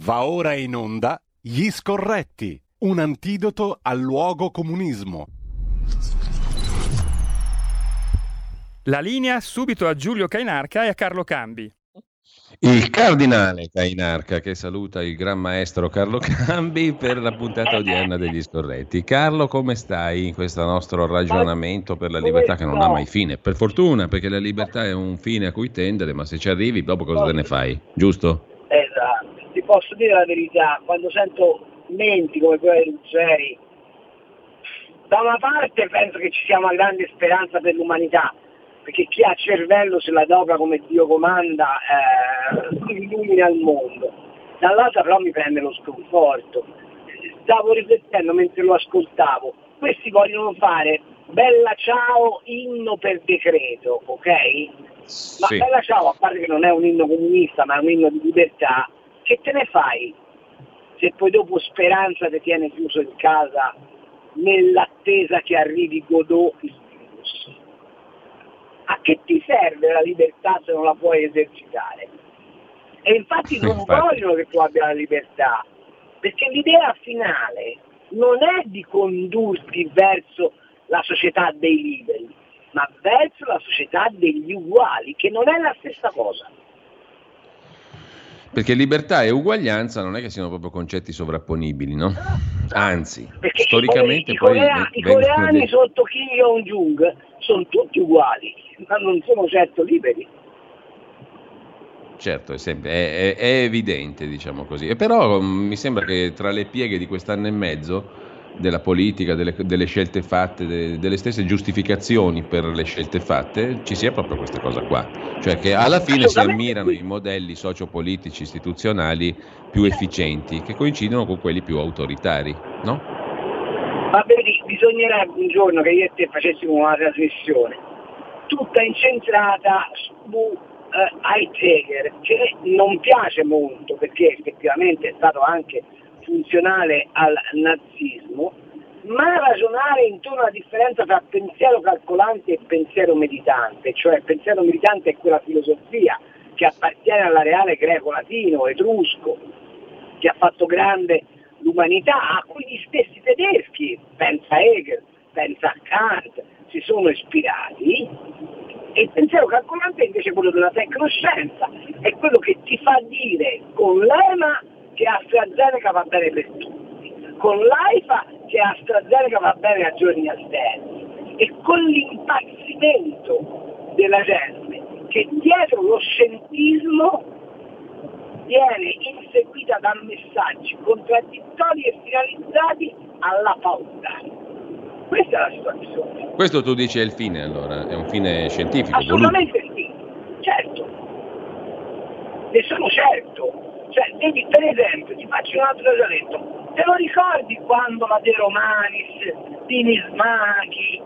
Va ora in onda Gli Scorretti, un antidoto al luogo comunismo. La linea subito a Giulio Cainarca e a Carlo Cambi. Il cardinale Cainarca che saluta il gran maestro Carlo Cambi per la puntata odierna degli Scorretti. Carlo, come stai in questo nostro ragionamento per la libertà che non ha mai fine? Per fortuna, perché la libertà è un fine a cui tendere, ma se ci arrivi, dopo cosa te ne fai? Giusto? Esatto, ti posso dire la verità, quando sento menti come quella di Ruggeri, da una parte penso che ci sia una grande speranza per l'umanità, perché chi ha cervello se la doga come Dio comanda, illumina il mondo. Dall'altra però mi prende lo sconforto. Stavo riflettendo mentre lo ascoltavo, questi vogliono fare Bella Ciao inno per decreto, ok? Ma Sì. Bella Ciao, a parte che non è un inno comunista ma è un inno di libertà, che te ne fai se poi dopo Speranza ti tiene chiuso in casa nell'attesa che arrivi Godot il virus? A che ti serve la libertà se non la puoi esercitare? E infatti non vogliono che tu abbia la libertà, perché l'idea finale non è di condurti verso la società dei liberi, ma verso la società degli uguali, che non è la stessa cosa. Perché libertà e uguaglianza non è che siano proprio concetti sovrapponibili, no? Anzi, perché storicamente i coreani sotto Kim Jong-un sono tutti uguali, ma non sono certo liberi. Certo, è evidente, diciamo così. E però mi sembra che tra le pieghe di quest'anno e mezzo della politica, delle scelte fatte, delle stesse giustificazioni per le scelte fatte, ci sia proprio questa cosa qua. Cioè che alla fine si ammirano i modelli sociopolitici istituzionali più efficienti, che coincidono con quelli più autoritari, no? Ma vedi, bisognerebbe un giorno che io e te facessimo una trasmissione tutta incentrata su Heidegger, che non piace molto perché effettivamente è stato anche funzionale al nazismo, ma ragionare intorno alla differenza tra pensiero calcolante e pensiero meditante, cioè pensiero meditante è quella filosofia che appartiene all'areale greco-latino, etrusco, che ha fatto grande l'umanità, a cui gli stessi tedeschi, pensa Hegel, pensa Kant, si sono ispirati. E il pensiero calcolante invece è quello della tecnoscienza, è quello che ti fa dire con l'EMA che AstraZeneca va bene per tutti, con l'AIFA che AstraZeneca va bene a giorni alterni, e con l'impazzimento della gente che dietro lo scientismo viene inseguita da messaggi contraddittori e finalizzati alla paura. Questa è la situazione. Questo tu dici è il fine, allora? È un fine scientifico? Assolutamente sì, certo. Ne sono certo. Cioè, vedi, per esempio, ti faccio un altro ragionamento. Te lo ricordi quando la De Romanis, Dini Smachi,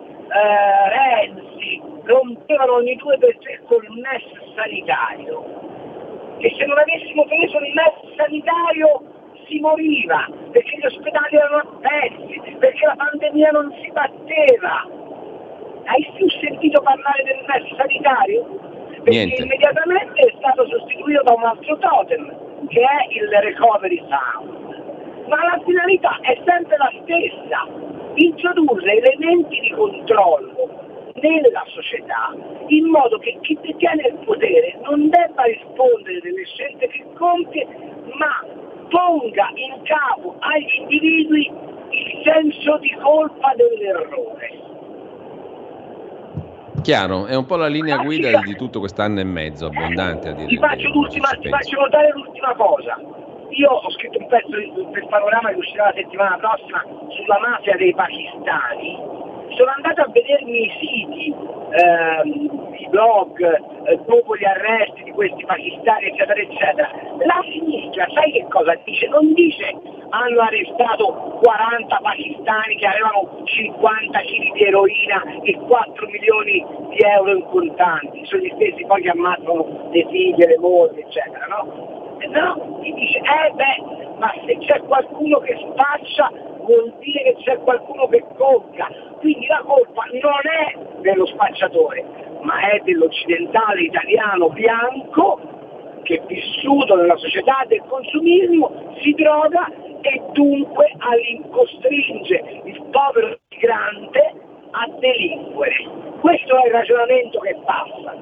Renzi rompevano ogni 2 per 3 col MES sanitario? Che se non avessimo preso il MES sanitario si moriva, perché gli ospedali erano a pezzi, perché la pandemia non si batteva. Hai più sentito parlare del MES sanitario? Perché Niente. Immediatamente è stato sostituito da un altro totem, che è il recovery fund. Ma la finalità è sempre la stessa, introdurre elementi di controllo nella società, in modo che chi detiene il potere non debba rispondere delle scelte che compie, ma ponga in capo agli individui il senso di colpa dell'errore. Chiaro, è un po' la linea guida di tutto quest'anno e mezzo, abbondante a dire. Ti faccio notare l'ultima cosa. Io ho scritto un pezzo per Panorama che uscirà la settimana prossima sulla mafia dei pakistani. Sono andato a vedermi i siti, i blog, dopo gli arresti di questi pakistani, eccetera, eccetera. La sinistra, sai che cosa dice? Non dice hanno arrestato 40 pakistani che avevano 50 kg di eroina e 4 milioni di euro in contanti. Sono gli stessi poi che ammazzano le figlie, le mogli, eccetera, no? No, ti dice, ma se c'è qualcuno che spaccia vuol dire che c'è qualcuno che compra, quindi la colpa non è dello spacciatore, ma è dell'occidentale italiano bianco che è vissuto nella società del consumismo, si droga e dunque costringe il povero migrante a delinquere. Questo è il ragionamento che passa.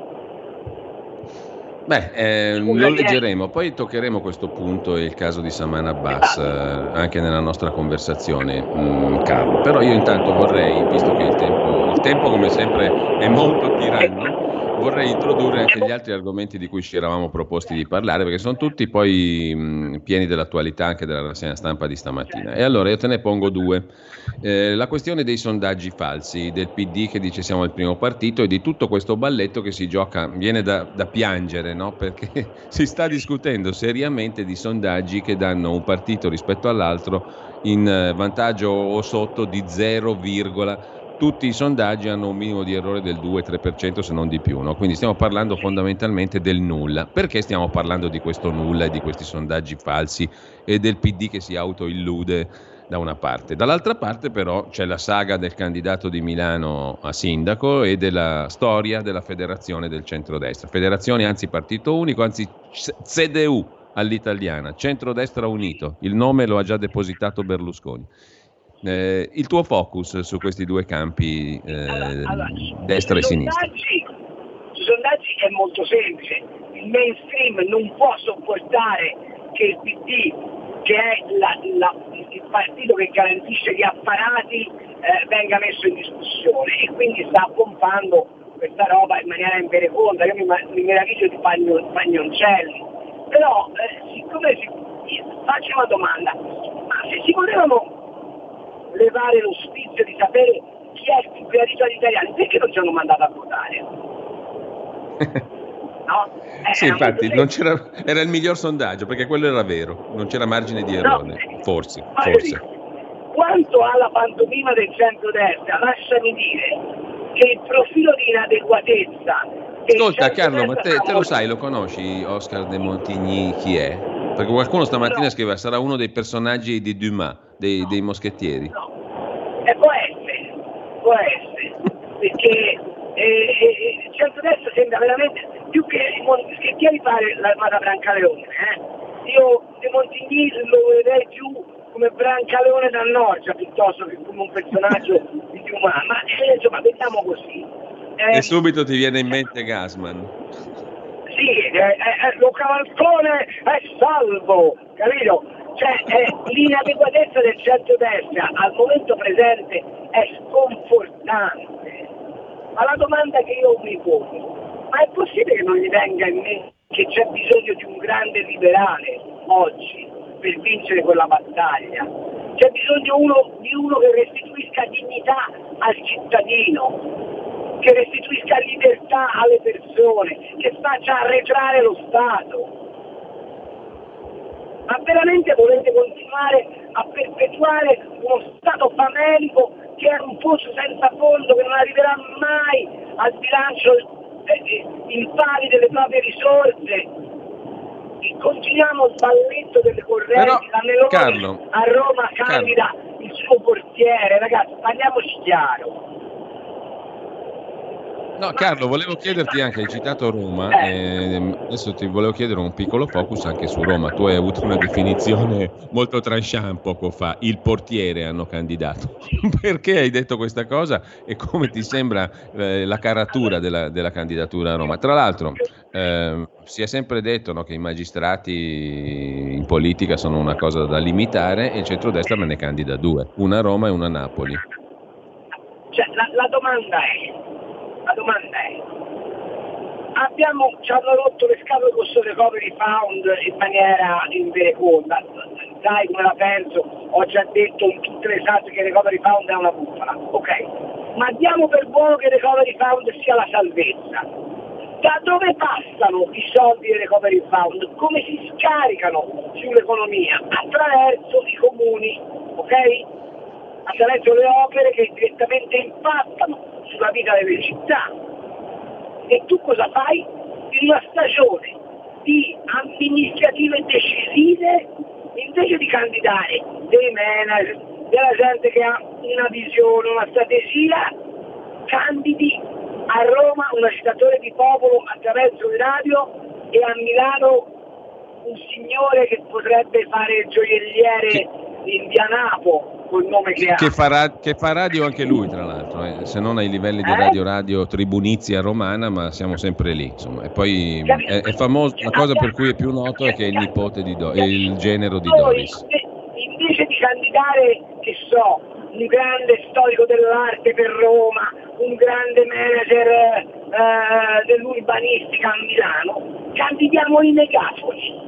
Lo leggeremo, poi toccheremo questo punto e il caso di Saman Abbas anche nella nostra conversazione, Carlo. Però io intanto vorrei, visto che il tempo come sempre è molto tiranno, vorrei introdurre anche gli altri argomenti di cui ci eravamo proposti di parlare, perché sono tutti poi pieni dell'attualità anche della rassegna stampa di stamattina. E allora io te ne pongo due. La questione dei sondaggi falsi del PD che dice siamo il primo partito e di tutto questo balletto che si gioca, viene da piangere, no? Perché si sta discutendo seriamente di sondaggi che danno un partito rispetto all'altro in vantaggio o sotto di 0, tutti i sondaggi hanno un minimo di errore del 2-3% se non di più, no? Quindi stiamo parlando fondamentalmente del nulla. Perché stiamo parlando di questo nulla e di questi sondaggi falsi e del PD che si autoillude da una parte? Dall'altra parte però c'è la saga del candidato di Milano a sindaco e della storia della federazione del centrodestra. Federazione, anzi partito unico, anzi CDU all'italiana, centrodestra unito. Il nome lo ha già depositato Berlusconi. Il tuo focus su questi due campi, destra e sinistra? Sui sondaggi è molto semplice. Il mainstream non può sopportare che il PD, che è il partito che garantisce gli apparati, venga messo in discussione, e quindi sta pompando questa roba in maniera invereconda. Io mi meraviglio di Pagnoncelli. Però siccome faccio una domanda: ma se si potevano levare lo spizio di sapere chi è il più gradito agli italiani, perché non ci hanno mandato a votare? No? Sì, infatti non c'era, era il miglior sondaggio, perché quello era vero, non c'era margine di errore, no, forse. Quanto alla pantomima del centrodestra, lasciami dire che il profilo di inadeguatezza... Ascolta Carlo, ma te lo sai, lo conosci Oscar de Montigny chi è? Perché qualcuno stamattina scriveva sarà uno dei personaggi di Dumas, dei moschettieri. No, può essere, perché il centrodestra sembra veramente più che Moschettieri pare l'armata Brancaleone. Io De Montigny lo vedrei più come Brancaleone da Norcia piuttosto che come un personaggio di Dumas, ma insomma vediamo così. E subito ti viene in mente Gassman. Sì, lo cavalcone è salvo, capito? Cioè l'inadeguatezza del centrodestra al momento presente è sconfortante. Ma la domanda che io mi pongo: ma è possibile che non gli venga in mente che c'è bisogno di un grande liberale oggi per vincere quella battaglia? C'è bisogno di uno che restituisca dignità al cittadino, che restituisca libertà alle persone, che faccia arretrare lo Stato. Ma veramente volete continuare a perpetuare uno Stato famelico che è un pozzo senza fondo, che non arriverà mai al bilancio in pari delle proprie risorse? E continuiamo il balletto delle correnti. La Meloni a Roma candida il suo portiere. Ragazzi, parliamoci chiaro. No, Carlo, volevo chiederti anche, hai citato Roma, adesso ti volevo chiedere un piccolo focus anche su Roma. Tu hai avuto una definizione molto tranchant poco fa, il portiere hanno candidato. Perché hai detto questa cosa e come ti sembra la caratura della candidatura a Roma? Tra l'altro si è sempre detto, no, che i magistrati in politica sono una cosa da limitare e il centrodestra me ne candida due, una a Roma e una a Napoli. Cioè, la domanda è, ci hanno rotto le scatole con questo recovery fund in maniera invereconda. Sai come la penso, ho già detto in tutte le salse che il recovery fund è una bufala, ok? Ma diamo per buono che il recovery fund sia la salvezza. Da dove passano i soldi del recovery fund? Come si scaricano sull'economia? Attraverso i comuni, ok? Attraverso le opere che direttamente impattano sulla vita delle città. E tu cosa fai? In una stagione di amministrative decisive, invece di candidare dei manager, della gente che ha una visione, una strategia, candidi a Roma un agitatore di popolo attraverso le radio e a Milano un signore che potrebbe fare il gioielliere in via Napo col nome che ha. Che fa radio anche lui, tra l'altro, se non ai livelli di radio tribunizia romana, ma siamo sempre lì, insomma. E poi è famoso, la cosa per cui è più noto è che è il nipote di il genero di Doris. Invece di candidare, che so, un grande storico dell'arte per Roma, un grande manager dell'urbanistica a Milano, candidiamo i megafoni.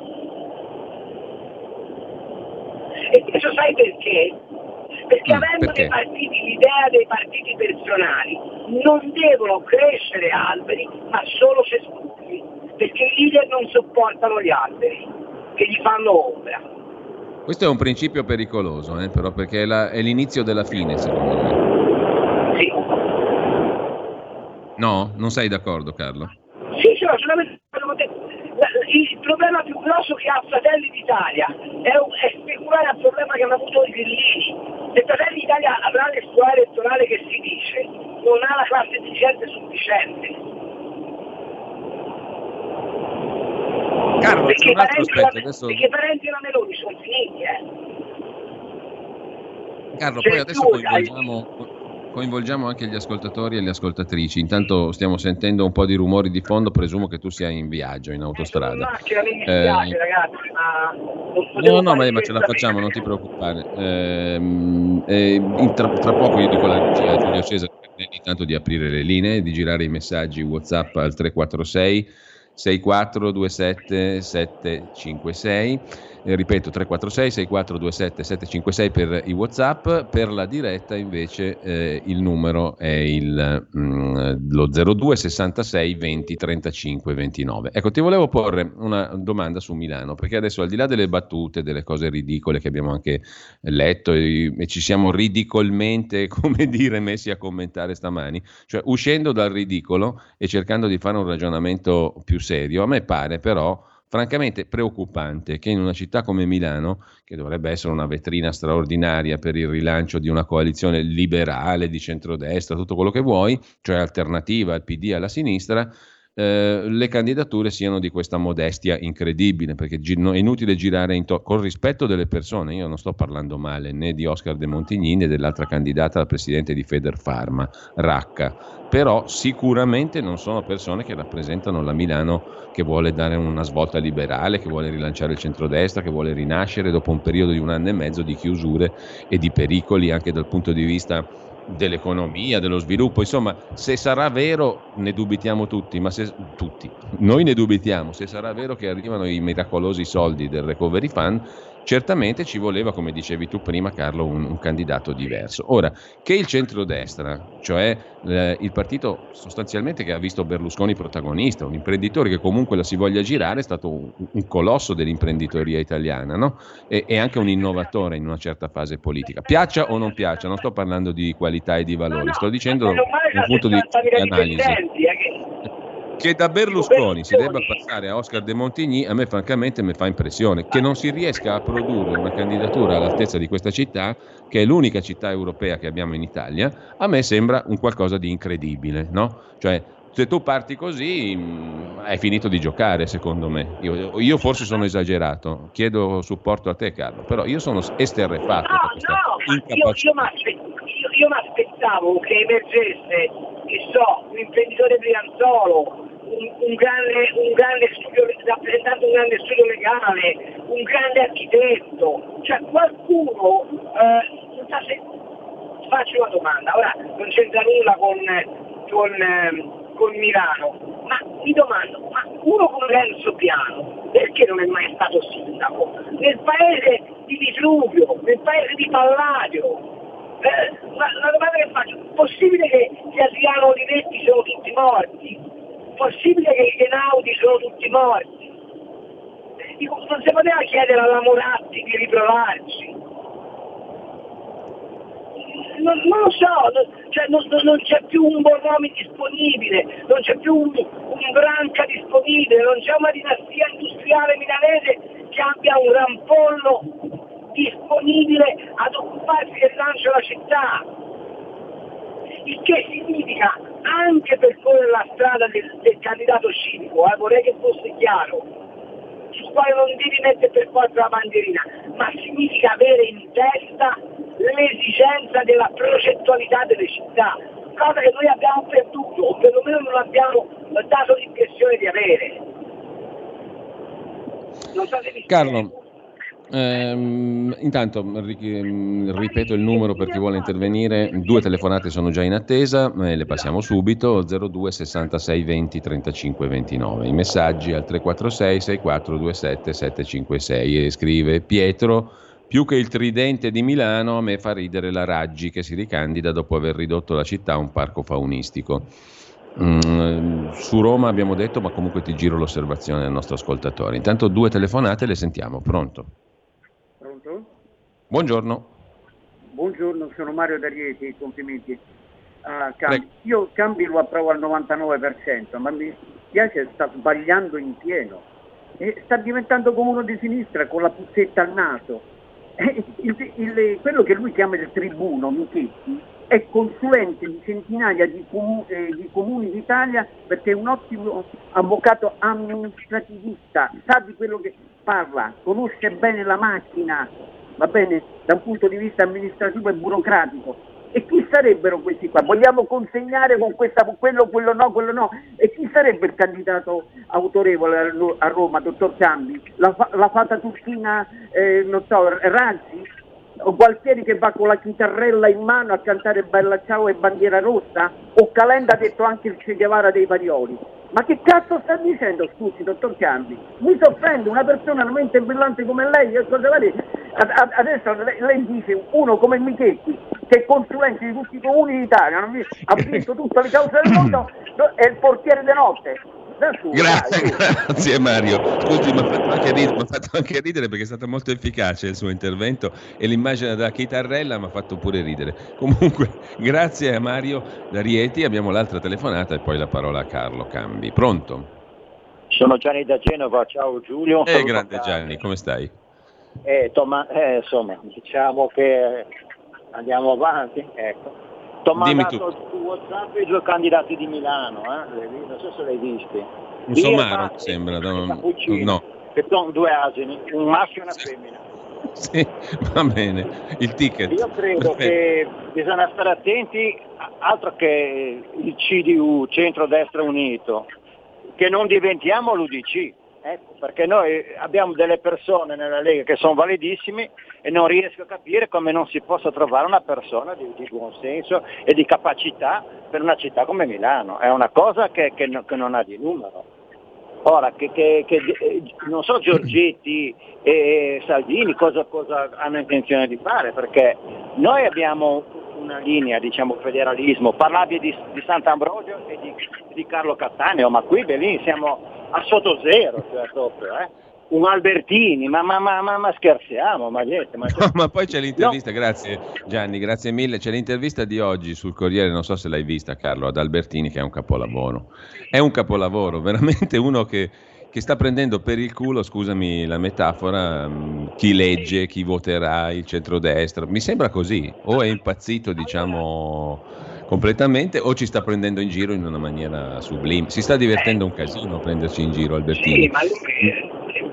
E questo sai perché? Perché avendo dei partiti, l'idea dei partiti personali, non devono crescere alberi, ma solo cespugli, perché i leader non sopportano gli alberi, che gli fanno ombra. Questo è un principio pericoloso, però, perché è l'inizio della fine, secondo me. Sì. No? Non sei d'accordo, Carlo? Sì, sono assolutamente. Il problema più grosso che ha Fratelli d'Italia è speculare al problema che hanno avuto i grillini. Se Fratelli d'Italia avrà l'esplora elettorale che si dice, non ha la classe dirigente sufficiente. Carlo, c'è un altro aspetto. Perché Parenti e la Meloni sono finiti, Carlo, poi adesso coinvolgiamo anche gli ascoltatori e le ascoltatrici. Intanto stiamo sentendo un po' di rumori di fondo, presumo che tu sia in viaggio, in autostrada. Mi dispiace, ragazzi, ma ma ce la facciamo, non ti preoccupare. Tra poco io dico alla regia Giulio Cesare intanto di aprire le linee, di girare i messaggi WhatsApp al 346 6427 756, ripeto 346 6427 756 per i WhatsApp. Per la diretta invece il numero è lo 02 66 20 35 29. Ecco, ti volevo porre una domanda su Milano, perché adesso, al di là delle battute, delle cose ridicole che abbiamo anche letto e ci siamo ridicolmente, messi a commentare stamani, cioè uscendo dal ridicolo e cercando di fare un ragionamento più serio, a me pare però francamente preoccupante che in una città come Milano, che dovrebbe essere una vetrina straordinaria per il rilancio di una coalizione liberale di centrodestra, tutto quello che vuoi, cioè alternativa al PD e alla sinistra, le candidature siano di questa modestia incredibile, perché è inutile girare col rispetto delle persone. Io non sto parlando male né di Oscar De Montigny né dell'altra candidata al presidente di Federpharma, Racca, però sicuramente non sono persone che rappresentano la Milano che vuole dare una svolta liberale, che vuole rilanciare il centrodestra, che vuole rinascere dopo un periodo di 1 anno e mezzo di chiusure e di pericoli anche dal punto di vista dell'economia, dello sviluppo. Insomma, se sarà vero, ne dubitiamo tutti, ma noi ne dubitiamo, se sarà vero che arrivano i miracolosi soldi del Recovery Fund, certamente ci voleva, come dicevi tu prima, Carlo, un candidato diverso. Ora, che il centrodestra, cioè il partito sostanzialmente che ha visto Berlusconi protagonista, un imprenditore che comunque la si voglia girare, è stato un colosso dell'imprenditoria italiana, no? E anche un innovatore in una certa fase politica. Piaccia o non piaccia, non sto parlando di qualità e di valori, sto dicendo un punto di analisi. Che da Berlusconi si debba passare a Oscar De Montigny, a me francamente mi fa impressione. Che non si riesca a produrre una candidatura all'altezza di questa città, che è l'unica città europea che abbiamo in Italia, a me sembra un qualcosa di incredibile, no? Cioè, se tu parti così hai finito di giocare, secondo me. Io forse sono esagerato, chiedo supporto a te, Carlo, però io sono esterrefatto da questa incapacità. Io mi aspettavo che emergesse, che so, un imprenditore brianzolo, un grande studio, rappresentante un grande studio legale, un grande architetto, cioè qualcuno, non so se faccio una domanda, ora non c'entra nulla con Milano, ma mi domando, ma uno come Renzo Piano, perché non è mai stato sindaco? Nel paese di Vitruvio, nel paese di Palladio, la domanda che faccio, possibile che Adriano Olivetti sono tutti morti? Possibile che i Einaudi sono tutti morti? Dico, non si poteva chiedere alla Moratti di riprovarci? Non lo so, non c'è più un Borromi disponibile, non c'è più un Branca disponibile, non c'è una dinastia industriale milanese che abbia un rampollo disponibile ad occuparsi del lancio della città. il che significa anche percorrere la strada del candidato civico, vorrei che fosse chiaro, sul quale non devi mettere per forza la bandierina, ma significa avere in testa l'esigenza della progettualità delle città, cosa che noi abbiamo perduto, o perlomeno non abbiamo dato l'impressione di avere. Non so se mi Carlo, intanto ripeto il numero per chi vuole intervenire, 2 telefonate sono già in attesa, le passiamo subito, 02 66 20 35 29, i messaggi al 346 6427 756 e scrive Pietro: più che il tridente di Milano a me fa ridere la Raggi che si ricandida dopo aver ridotto la città a un parco faunistico. Su Roma abbiamo detto, ma comunque ti giro l'osservazione del nostro ascoltatore. Intanto 2 telefonate, le sentiamo. Pronto? Pronto? Buongiorno. Buongiorno, sono Mario D'Arieti, complimenti. Io Cambi lo approvo al 99%, ma mi piace, sta sbagliando in pieno. E sta diventando come uno di sinistra con la puzzetta al naso. Quello che lui chiama il tribuno, Michetti, è consulente di centinaia di comuni d'Italia perché è un ottimo avvocato amministrativista, sa di quello che parla, conosce bene la macchina, va bene, da un punto di vista amministrativo e burocratico. E chi sarebbero questi qua? Vogliamo consegnare con questa quello no? E chi sarebbe il candidato autorevole a Roma, dottor Cambi? La fata turchina, non so, Razzi? O Gualtieri che va con la chitarrella in mano a cantare Bella Ciao e Bandiera Rossa? O Calenda ha detto anche il Che Guevara dei Parioli? Ma che cazzo sta dicendo, scusi, dottor Cambi? Mi sorprende una persona mente brillante come lei, adesso lei dice uno come Michetti, che è consulente di tutti i comuni d'Italia, ha vinto tutte le cause del mondo, è il portiere di notte. Grazie Mario. Scusi, mi ha fatto anche ridere perché è stato molto efficace il suo intervento e l'immagine della chitarrella mi ha fatto pure ridere. Comunque, grazie a Mario D'Arieti. Abbiamo l'altra telefonata e poi la parola a Carlo Cambi. Pronto? Sono Gianni da Genova, ciao Giulio. Grande Gianni, come stai? Insomma, diciamo che andiamo avanti, ecco. T'ho mandato su WhatsApp i 2 candidati di Milano, non so se l'hai visti. Un somaro, sembra. No. Che sono 2 asini, un maschio e una femmina. Sì, va bene. Il ticket. Io credo che bisogna stare attenti, altro che il CDU, Centrodestra Unito, che non diventiamo l'UDC. Ecco, perché noi abbiamo delle persone nella Lega che sono validissime e non riesco a capire come non si possa trovare una persona di buon senso e di capacità per una città come Milano. È una cosa che non ha di numero. Ora, che non so Giorgetti e Salvini cosa hanno intenzione di fare, perché noi abbiamo una linea, diciamo, federalismo. Parlavi di Sant'Ambrogio e di Carlo Cattaneo, ma qui Belin siamo a sotto zero, cioè proprio, un Albertini, ma scherziamo, ma niente. Ma poi c'è l'intervista, grazie Gianni, grazie mille, c'è l'intervista di oggi sul Corriere, non so se l'hai vista Carlo, ad Albertini, che è un capolavoro, veramente uno che sta prendendo per il culo, scusami la metafora, chi legge, chi voterà, il centrodestra, mi sembra così, o è impazzito, diciamo, completamente, o ci sta prendendo in giro in una maniera sublime. Si sta divertendo un casino a prenderci in giro Albertini. Sì, ma lui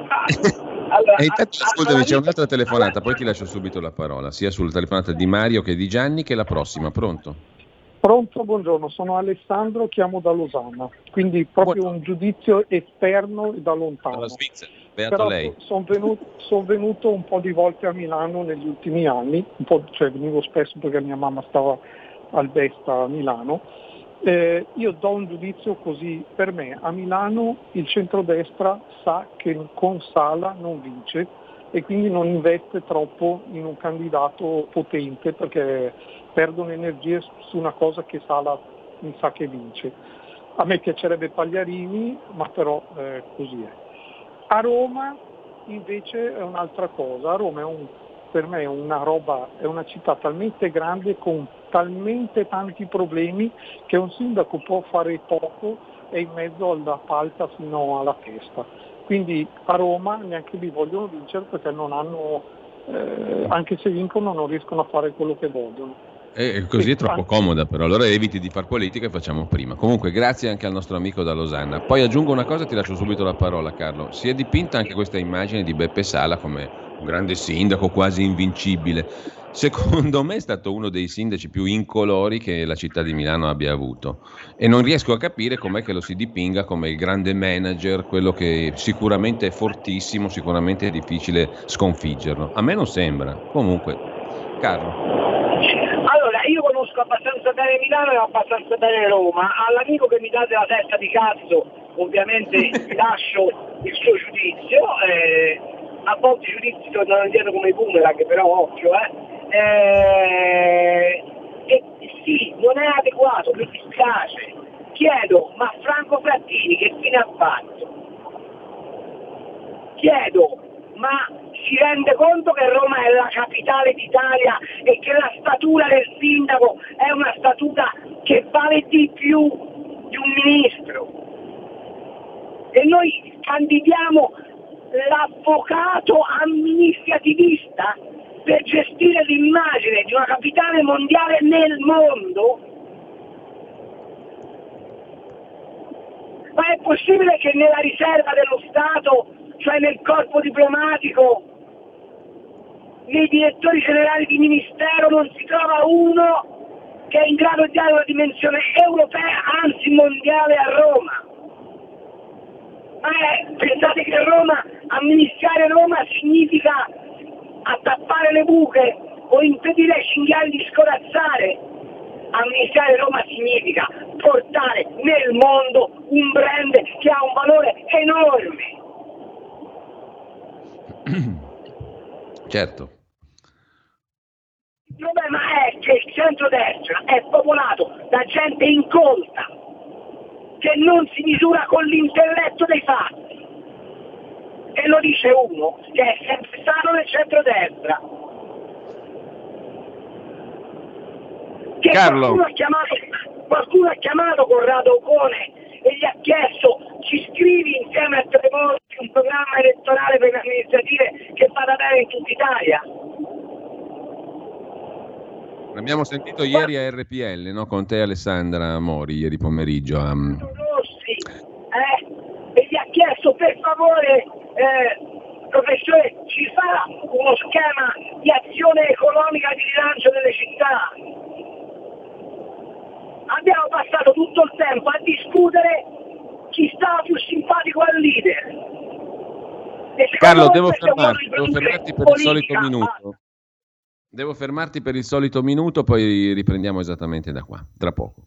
E intanto, scusami, c'è un'altra telefonata, poi ti lascio subito la parola, sia sulla telefonata di Mario che di Gianni, che la prossima. Pronto? Pronto, buongiorno, sono Alessandro, chiamo da Losanna, quindi proprio un giudizio esterno e da lontano. Dalla Svizzera, beato però lei. Sono venuto un po' di volte a Milano negli ultimi anni, venivo spesso perché mia mamma stava al Vesta a Milano. Io do un giudizio così: per me a Milano il centrodestra sa che con Sala non vince e quindi non investe troppo in un candidato potente, perché perdono energie su una cosa che Sala mi sa che vince. A me piacerebbe Pagliarini, ma però così è. A Roma invece è un'altra cosa. A Roma per me è una città talmente grande con talmente tanti problemi che un sindaco può fare poco e in mezzo alla palta fino alla testa. Quindi a Roma neanche li vogliono vincere perché non hanno, anche se vincono non riescono a fare quello che vogliono. Così è troppo comoda, però allora eviti di far politica e facciamo prima. Comunque grazie anche al nostro amico da Losanna. Poi aggiungo una cosa, ti lascio subito la parola, Carlo. Si è dipinta anche questa immagine di Beppe Sala come un grande sindaco quasi invincibile. Secondo me è stato uno dei sindaci più incolori che la città di Milano abbia avuto, e non riesco a capire com'è che lo si dipinga come il grande manager, quello che sicuramente è fortissimo, sicuramente è difficile sconfiggerlo. A me non sembra. Comunque, Carlo. Allora, io conosco abbastanza bene Milano e abbastanza bene Roma. All'amico che mi dà della testa di cazzo, ovviamente vi lascio il suo giudizio. A volte i giudizi tornano indietro come i boomerang, però occhio, sì, non è adeguato, mi dispiace. Chiedo, ma Franco Frattini che fine ha fatto? Chiedo, ma si rende conto che Roma è la capitale d'Italia e che la statura del sindaco è una statura che vale di più di un ministro? E noi candidiamo l'avvocato amministrativista per gestire l'immagine di una capitale mondiale nel mondo? Ma è possibile che nella riserva dello Stato, cioè nel corpo diplomatico, nei direttori generali di ministero non si trova uno che è in grado di dare una dimensione europea, anzi mondiale a Roma? Pensate che amministrare Roma significa attappare le buche o impedire ai cinghiali di scorazzare? Amministrare Roma significa portare nel mondo un brand che ha un valore enorme. Certo. Il problema è che il centrodestra è popolato da gente incolta, che non si misura con l'intelletto dei fatti. E lo dice uno che è sempre stato nel centrodestra. Che Carlo. Qualcuno ha chiamato Corrado Ocone e gli ha chiesto: ci scrivi insieme a Tremonti un programma elettorale per le amministrative che vada bene in tutta Italia? L'abbiamo sentito ieri a RPL, no? Con te Alessandra Mori, ieri pomeriggio. Rossi, e gli ha chiesto: per favore, professore, ci fa uno schema di azione economica di rilancio delle città? Abbiamo passato tutto il tempo a discutere chi stava più simpatico al leader. Carlo, devo fermarti per il solito minuto. Devo fermarti per il solito minuto, poi riprendiamo esattamente da qua, tra poco.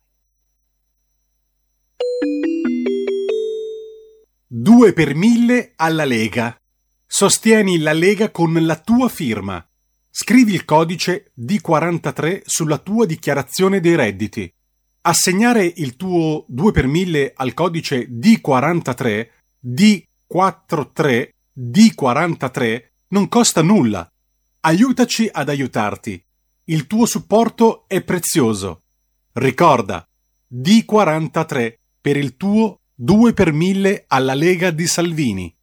2 per 1000 alla Lega. Sostieni la Lega con la tua firma. Scrivi il codice D43 sulla tua dichiarazione dei redditi. Assegnare il tuo 2 per 1000 al codice D43, D43, D43 non costa nulla. Aiutaci ad aiutarti. Il tuo supporto è prezioso. Ricorda, D43 per il tuo 2 per 1000 alla Lega di Salvini.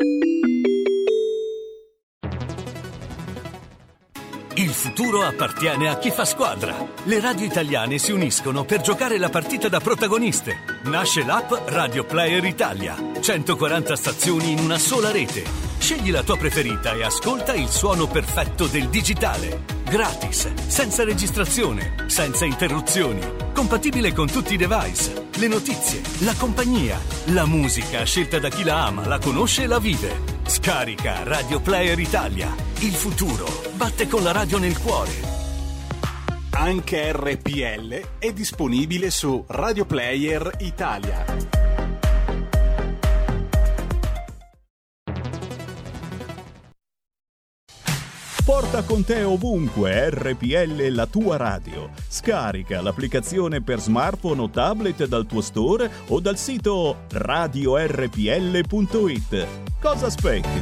Il futuro appartiene a chi fa squadra. Le radio italiane si uniscono per giocare la partita da protagoniste. Nasce l'app Radio Player Italia. 140 stazioni in una sola rete. Scegli la tua preferita e ascolta il suono perfetto del digitale. Gratis, senza registrazione, senza interruzioni. Compatibile con tutti i device. Le notizie, la compagnia, la musica scelta da chi la ama, la conosce e la vive. Scarica Radio Player Italia. Il futuro batte con la radio nel cuore. Anche RPL è disponibile su Radio Player Italia. Porta con te ovunque RPL, la tua radio. Scarica l'applicazione per smartphone o tablet dal tuo store o dal sito radiorpl.it. Cosa aspetti?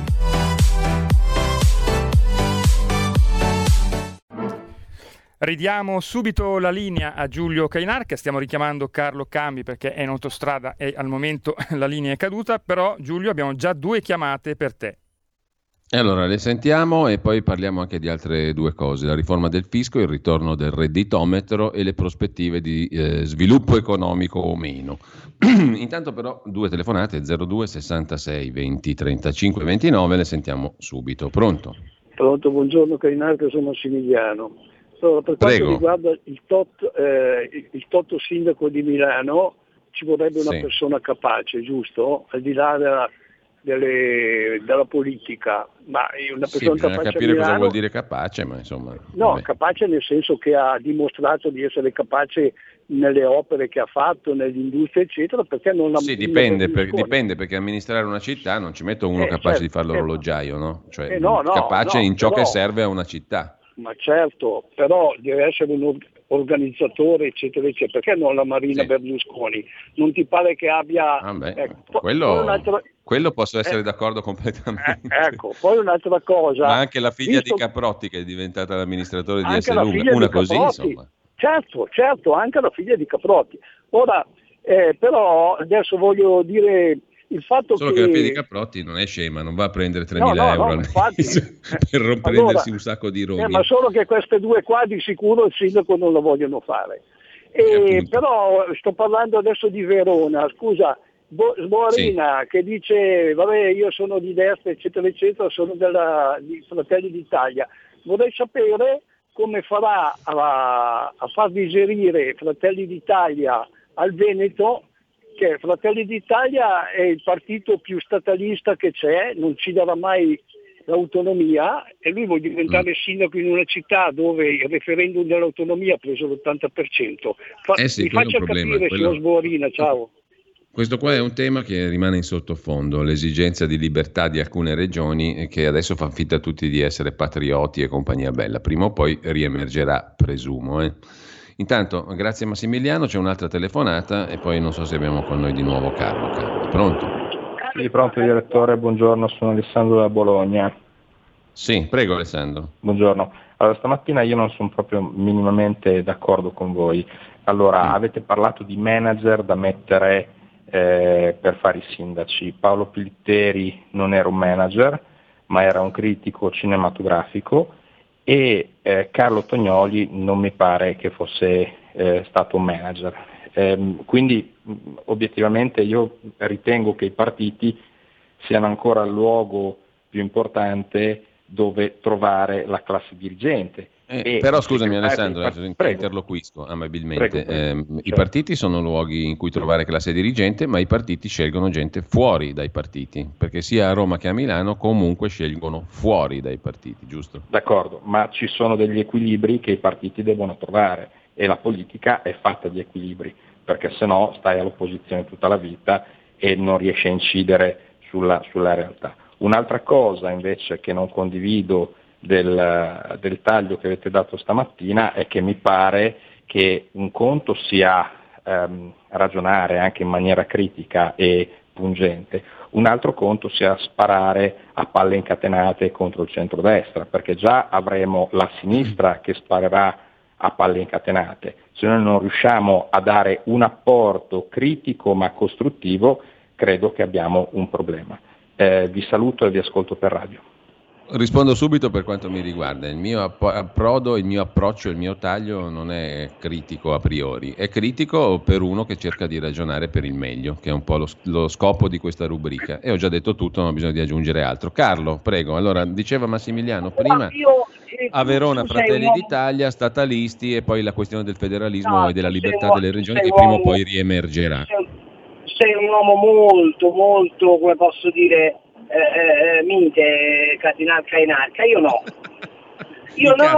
Ridiamo subito la linea a Giulio Cainarca. Stiamo richiamando Carlo Cambi perché è in autostrada e al momento la linea è caduta, però Giulio abbiamo già 2 chiamate per te. Allora, le sentiamo e poi parliamo anche di altre due cose, la riforma del fisco, il ritorno del redditometro e le prospettive di sviluppo economico o meno. Intanto però due telefonate, 02 66 20 35 29, le sentiamo subito. Pronto? Pronto, buongiorno Cainarca, sono Massimiliano. Allora, per quanto riguarda il tot sindaco di Milano, ci vorrebbe una persona capace, giusto? Al di là della politica, ma una persona capace capire a Milano, cosa vuol dire capace, ma insomma... No, vabbè. Capace nel senso che ha dimostrato di essere capace nelle opere che ha fatto, nell'industria eccetera, perché non la... Sì, dipende perché amministrare una città non ci metto uno capace di fare l'orologiaio, no? Cioè capace in ciò che serve a una città. Ma certo, però deve essere un organizzatore eccetera eccetera, perché non la Marina Berlusconi? Non ti pare che abbia... Quello posso essere d'accordo completamente. Ecco, poi un'altra cosa... Ma anche la figlia di Caprotti che è diventata l'amministratore di S. Lunga, una così insomma. Certo, anche la figlia di Caprotti. Ora, però adesso voglio dire il fatto Solo che la figlia di Caprotti non è scema, non va a prendere 3.000 euro al mese per prendersi un sacco di roghi. Ma solo che queste due qua di sicuro il sindaco non lo vogliono fare. Però sto parlando adesso di Verona, scusa, Sborina che dice vabbè io sono di destra eccetera eccetera, sono di Fratelli d'Italia. Vorrei sapere come farà a far digerire Fratelli d'Italia al Veneto, che Fratelli d'Italia è il partito più statalista che c'è, non ci darà mai l'autonomia, e lui vuole diventare sindaco in una città dove il referendum dell'autonomia ha preso l'80%. Mi faccia capire, signor Sborina, ciao. Questo qua è un tema che rimane in sottofondo, l'esigenza di libertà di alcune regioni che adesso fanno finta tutti di essere patrioti e compagnia bella. Prima o poi riemergerà, presumo. Intanto, grazie Massimiliano, c'è un'altra telefonata e poi non so se abbiamo con noi di nuovo Carlo. Pronto? Sì, pronto direttore, buongiorno, sono Alessandro da Bologna. Sì, prego Alessandro. Buongiorno. Allora, stamattina io non sono proprio minimamente d'accordo con voi. Allora, avete parlato di manager da mettere per fare i sindaci. Paolo Pillitteri non era un manager, ma era un critico cinematografico, e Carlo Tognoli non mi pare che fosse stato un manager. Quindi obiettivamente io ritengo che i partiti siano ancora il luogo più importante dove trovare la classe dirigente. Però scusami Alessandro, interloquisco amabilmente. Prego. I partiti sono luoghi in cui trovare classe dirigente, ma i partiti scelgono gente fuori dai partiti, perché sia a Roma che a Milano comunque scelgono fuori dai partiti, giusto? D'accordo, ma ci sono degli equilibri che i partiti devono trovare e la politica è fatta di equilibri, perché se no stai all'opposizione tutta la vita e non riesci a incidere sulla realtà. Un'altra cosa invece che non condivido del taglio che avete dato stamattina è che mi pare che un conto sia ragionare anche in maniera critica e pungente, un altro conto sia sparare a palle incatenate contro il centrodestra, perché già avremo la sinistra che sparerà a palle incatenate. Se noi non riusciamo a dare un apporto critico ma costruttivo, credo che abbiamo un problema. Vi saluto e vi ascolto per radio. Rispondo subito per quanto mi riguarda. Il mio approdo, il mio approccio, il mio taglio non è critico a priori, è critico per uno che cerca di ragionare per il meglio, che è un po' lo scopo di questa rubrica. E ho già detto tutto, non ho bisogno di aggiungere altro. Carlo, prego. Allora, diceva Massimiliano prima, a Verona Fratelli d'Italia, statalisti, e poi la questione del federalismo e della libertà delle regioni che prima o poi riemergerà. Sei un uomo molto, molto, come posso dire, mite, Cainarca, io no. Io no,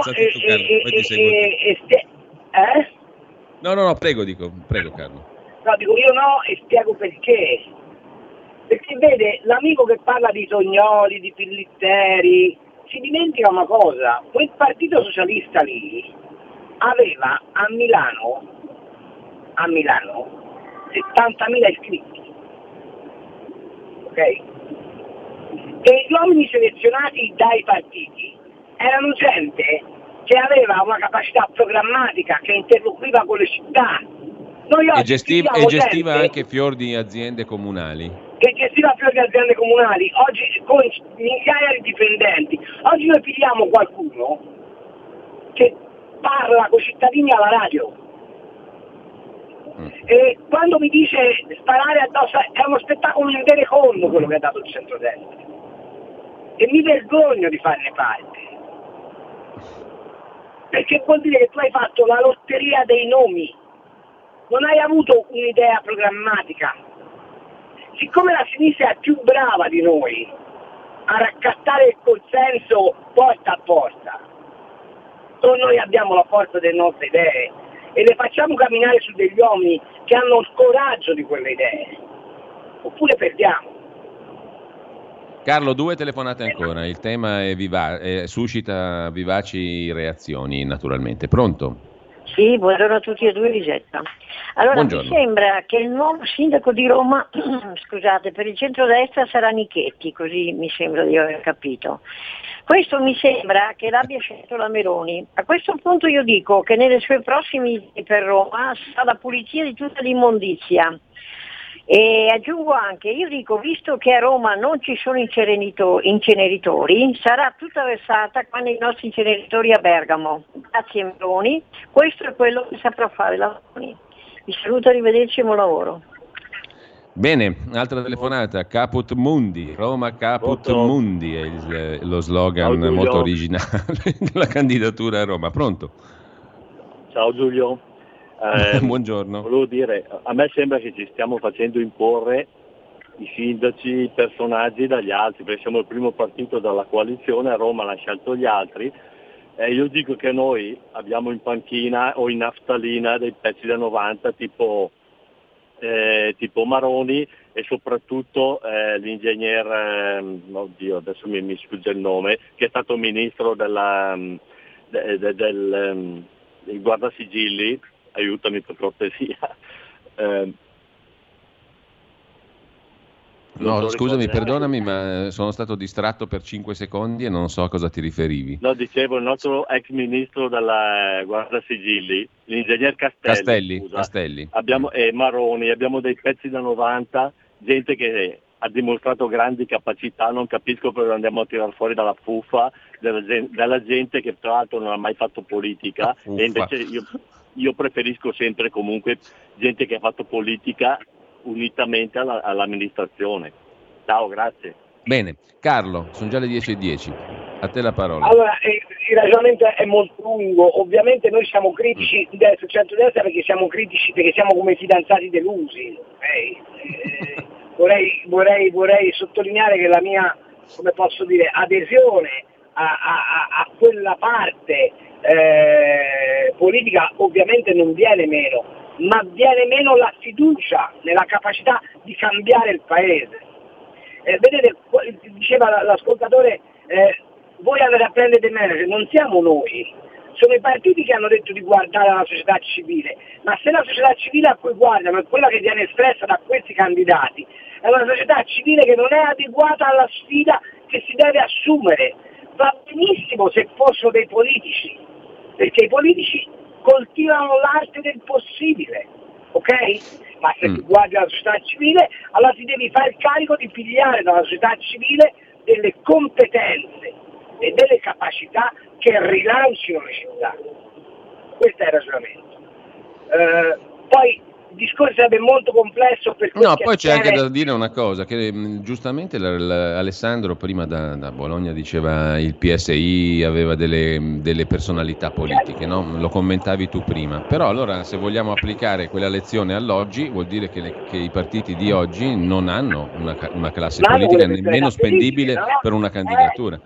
No, prego Carlo. No, dico io no e spiego perché. Perché vede, l'amico che parla di Tognoli, di Pillitteri, si dimentica una cosa: quel partito socialista lì aveva a Milano 70.000 iscritti, ok? E gli uomini selezionati dai partiti erano gente che aveva una capacità programmatica, che interloquiva con le città. E gestiva anche fior di aziende comunali. che gestiva fior di aziende comunali, oggi con migliaia di dipendenti. Oggi noi pigliamo qualcuno che parla con i cittadini alla radio. E quando mi dice sparare addosso, è uno spettacolo inverecondo quello che ha dato il centrodestra. E mi vergogno di farne parte. Perché vuol dire che tu hai fatto la lotteria dei nomi, non hai avuto un'idea programmatica. Siccome la sinistra è più brava di noi a raccattare il consenso porta a porta, noi abbiamo la forza delle nostre idee e le facciamo camminare su degli uomini che hanno il coraggio di quelle idee, oppure perdiamo. Carlo, 2 telefonate ancora, il tema è suscita vivaci reazioni naturalmente. Pronto? Sì, buongiorno a tutti e due, Lisetta. Allora, buongiorno. Mi sembra che il nuovo sindaco di Roma, scusate, per il centrodestra sarà Nichetti, così mi sembra di aver capito. Questo mi sembra che l'abbia scelto la Meloni. A questo punto io dico che nelle sue prossime idee per Roma sarà la pulizia di tutta l'immondizia. E aggiungo anche, io dico, visto che a Roma non ci sono inceneritori, sarà tutta versata come i nostri inceneritori a Bergamo. Grazie Meloni, questo è quello che saprà fare la Meloni. Vi saluto, arrivederci e buon lavoro. Bene, altra telefonata, Caput Mundi, Roma Caput Mundi è lo slogan molto originale della candidatura a Roma. Pronto? Ciao Giulio. Buongiorno. Volevo dire, a me sembra che ci stiamo facendo imporre i sindaci, i personaggi dagli altri, perché siamo il primo partito dalla coalizione, a Roma l'ha scelto gli altri. Io dico che noi abbiamo in panchina o in naftalina dei pezzi da 90 tipo Maroni e soprattutto l'ingegner, oddio adesso mi sfugge il nome, che è stato ministro del Guardasigilli, aiutami per cortesia. No, scusami, perdonami, ma sono stato distratto per 5 secondi e non so a cosa ti riferivi. No, dicevo il nostro ex ministro della Guardasigilli, l'ingegner Castelli. Abbiamo, Maroni, abbiamo dei pezzi da 90, gente che ha dimostrato grandi capacità, non capisco perché andiamo a tirar fuori dalla fuffa della gente che tra l'altro non ha mai fatto politica, e invece io preferisco sempre comunque gente che ha fatto politica unitamente all'amministrazione. Ciao, grazie. Bene, Carlo, sono già le 10:10, a te la parola. Allora, il ragionamento è molto lungo, ovviamente noi siamo critici sul centrodestra perché siamo critici, perché siamo come fidanzati delusi. Vorrei sottolineare che la mia, come posso dire, adesione a quella parte politica ovviamente non viene meno, ma viene meno la fiducia nella capacità di cambiare il paese. Vedete, diceva l'ascoltatore, voi andate a prendere dei manager, non siamo noi, sono i partiti che hanno detto di guardare alla società civile, ma se la società civile a cui guardano è quella che viene espressa da questi candidati, è una società civile che non è adeguata alla sfida che si deve assumere. Va benissimo se fossero dei politici, perché i politici coltivano l'arte del possibile, ok? Ma se tu guardi la società civile, allora ti devi fare carico di pigliare dalla società civile delle competenze e delle capacità che rilancino le città. Questo è il ragionamento. Poi il discorso sarebbe molto complesso per no, poi c'è anche da dire una cosa, che giustamente Alessandro prima da Bologna diceva il PSI aveva delle personalità politiche, no? Lo commentavi tu prima, però allora se vogliamo applicare quella lezione all'oggi vuol dire che i partiti di oggi non hanno una classe politica nemmeno spendibile per una candidatura.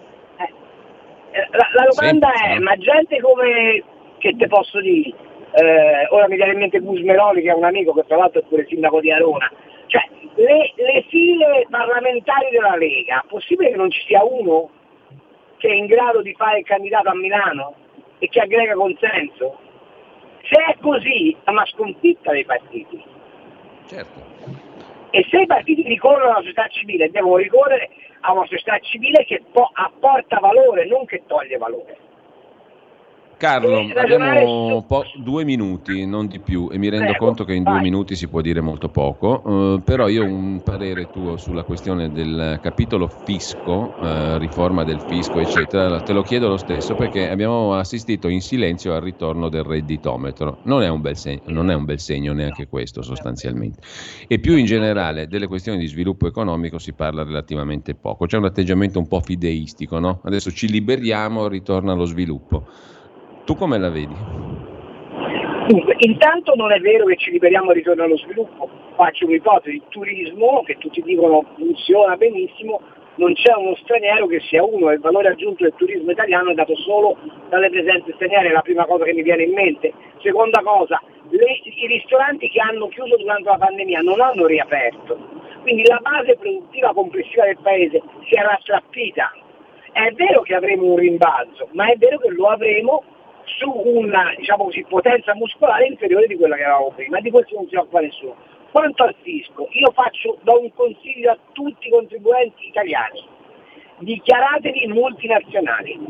La domanda è, ma gente come, che te posso dire, ora mi viene in mente Gusmeroli, che è un amico che tra l'altro è pure sindaco di Arona, cioè le file parlamentari della Lega, possibile che non ci sia uno che è in grado di fare il candidato a Milano e che aggrega consenso? Se è così è una sconfitta dei partiti. Certo. E se i partiti ricorrono alla società civile, devono ricorrere a una società civile che apporta valore, non che toglie valore. Carlo, abbiamo 2 minuti, non di più, e mi rendo conto che in 2 minuti si può dire molto poco, però io ho un parere tuo sulla questione del capitolo fisco, riforma del fisco, eccetera, te lo chiedo lo stesso, perché abbiamo assistito in silenzio al ritorno del redditometro. Non è un bel segno neanche questo, sostanzialmente. E più in generale delle questioni di sviluppo economico si parla relativamente poco. C'è un atteggiamento un po' fideistico, no? Adesso ci liberiamo, ritorna lo sviluppo. Tu come la vedi? Dunque, intanto non è vero che ci liberiamo e ritorno allo sviluppo. Faccio un'ipotesi: il turismo, che tutti dicono funziona benissimo, non c'è uno straniero che sia uno, e il valore aggiunto del turismo italiano è dato solo dalle presenze straniere, è la prima cosa che mi viene in mente. Seconda cosa, i ristoranti che hanno chiuso durante la pandemia non hanno riaperto, quindi la base produttiva complessiva del paese si è rattrappita. È vero che avremo un rimbalzo, ma è vero che lo avremo su una, diciamo così, potenza muscolare inferiore di quella che avevamo prima, di questo non si occupa nessuno. Quanto al fisco, io do un consiglio a tutti i contribuenti italiani: dichiaratevi multinazionali,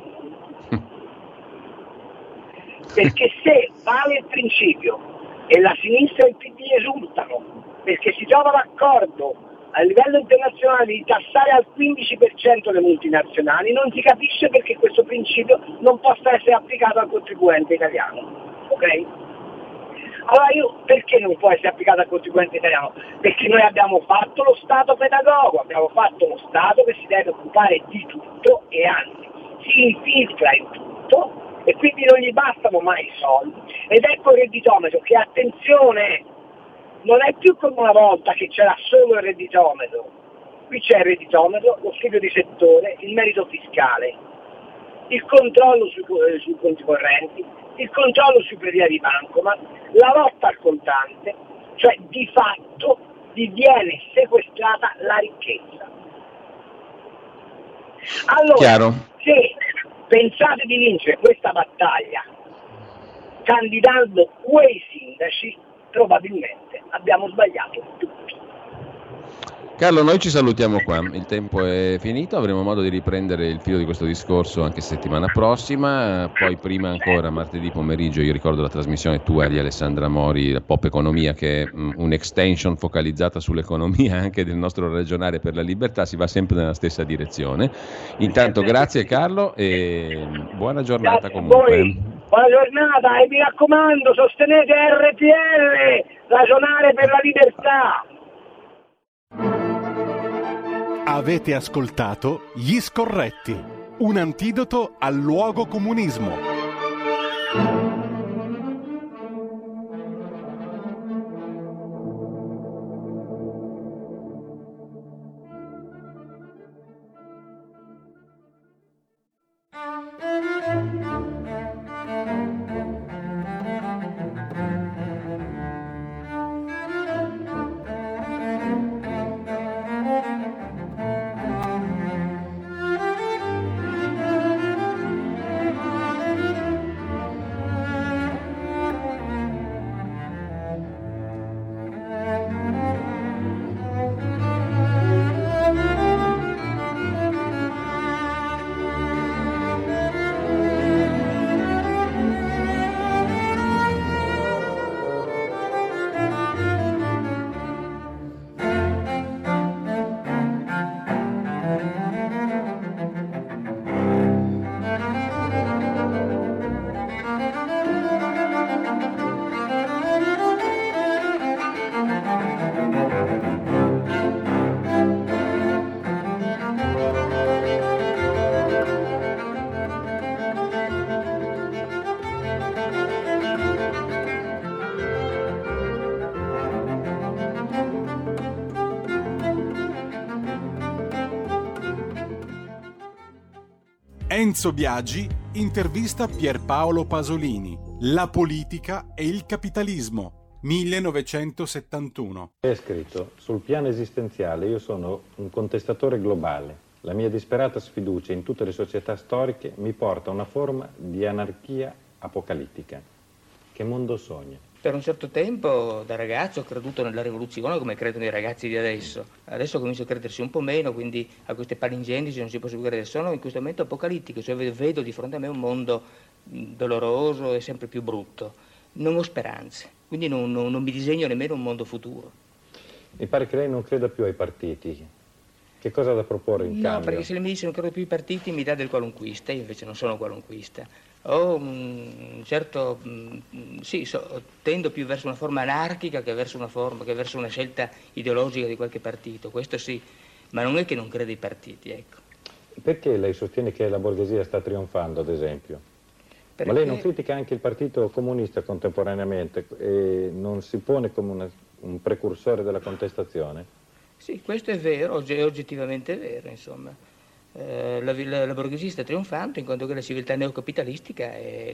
perché se vale il principio e la sinistra e il PD esultano perché si trova d'accordo a livello internazionale di tassare al 15% le multinazionali, non si capisce perché questo principio non possa essere applicato al contribuente italiano, ok? Allora perché non può essere applicato al contribuente italiano? Perché noi abbiamo fatto lo Stato pedagogo, abbiamo fatto lo Stato che si deve occupare di tutto e anzi si infiltra in tutto e quindi non gli bastano mai i soldi. Ed ecco il redditometro che, attenzione, non è più come una volta che c'era solo il redditometro. Qui c'è il redditometro, lo studio di settore, il merito fiscale, il controllo sui conti correnti, il controllo sui prelievi bancomat, la lotta al contante, cioè di fatto viene sequestrata la ricchezza. Allora, chiaro. Se pensate di vincere questa battaglia candidando quei sindaci, probabilmente abbiamo sbagliato tutti. Carlo, noi ci salutiamo qua, il tempo è finito, avremo modo di riprendere il filo di questo discorso anche settimana prossima, poi prima ancora martedì pomeriggio io ricordo la trasmissione tua di Alessandra Mori, la Pop Economia, che è un'extension focalizzata sull'economia anche del nostro Ragionare per la Libertà, si va sempre nella stessa direzione. Intanto grazie Carlo e buona giornata comunque. Buona giornata e mi raccomando, sostenete RPL, Ragionare per la Libertà. Avete ascoltato Gli Scorretti, un antidoto al luogo comunismo. Enzo Biagi intervista Pierpaolo Pasolini. La politica e il capitalismo, 1971. È scritto: sul piano esistenziale io sono un contestatore globale. La mia disperata sfiducia in tutte le società storiche mi porta a una forma di anarchia apocalittica. Che mondo sogna? Per un certo tempo, da ragazzo, ho creduto nella rivoluzione come credono i ragazzi di adesso. Adesso comincio a credersi un po' meno, quindi a queste palingendici non si può più credere. Sono in questo momento apocalittico, cioè vedo di fronte a me un mondo doloroso e sempre più brutto. Non ho speranze, quindi non mi disegno nemmeno un mondo futuro. Mi pare che lei non creda più ai partiti. Che cosa ha da proporre in cambio? No, perché se lei mi dice non credo più ai partiti mi dà del qualunquista, io invece non sono qualunquista. Tendo più verso una forma anarchica che verso una scelta ideologica di qualche partito, questo sì, ma non è che non creda ai partiti, ecco. Perché lei sostiene che la borghesia sta trionfando, ad esempio? Perché... Ma lei non critica anche il Partito Comunista contemporaneamente e non si pone come un precursore della contestazione? Sì, questo è vero, è oggettivamente vero, insomma. La borghesia sta trionfando in quanto che la civiltà neocapitalistica è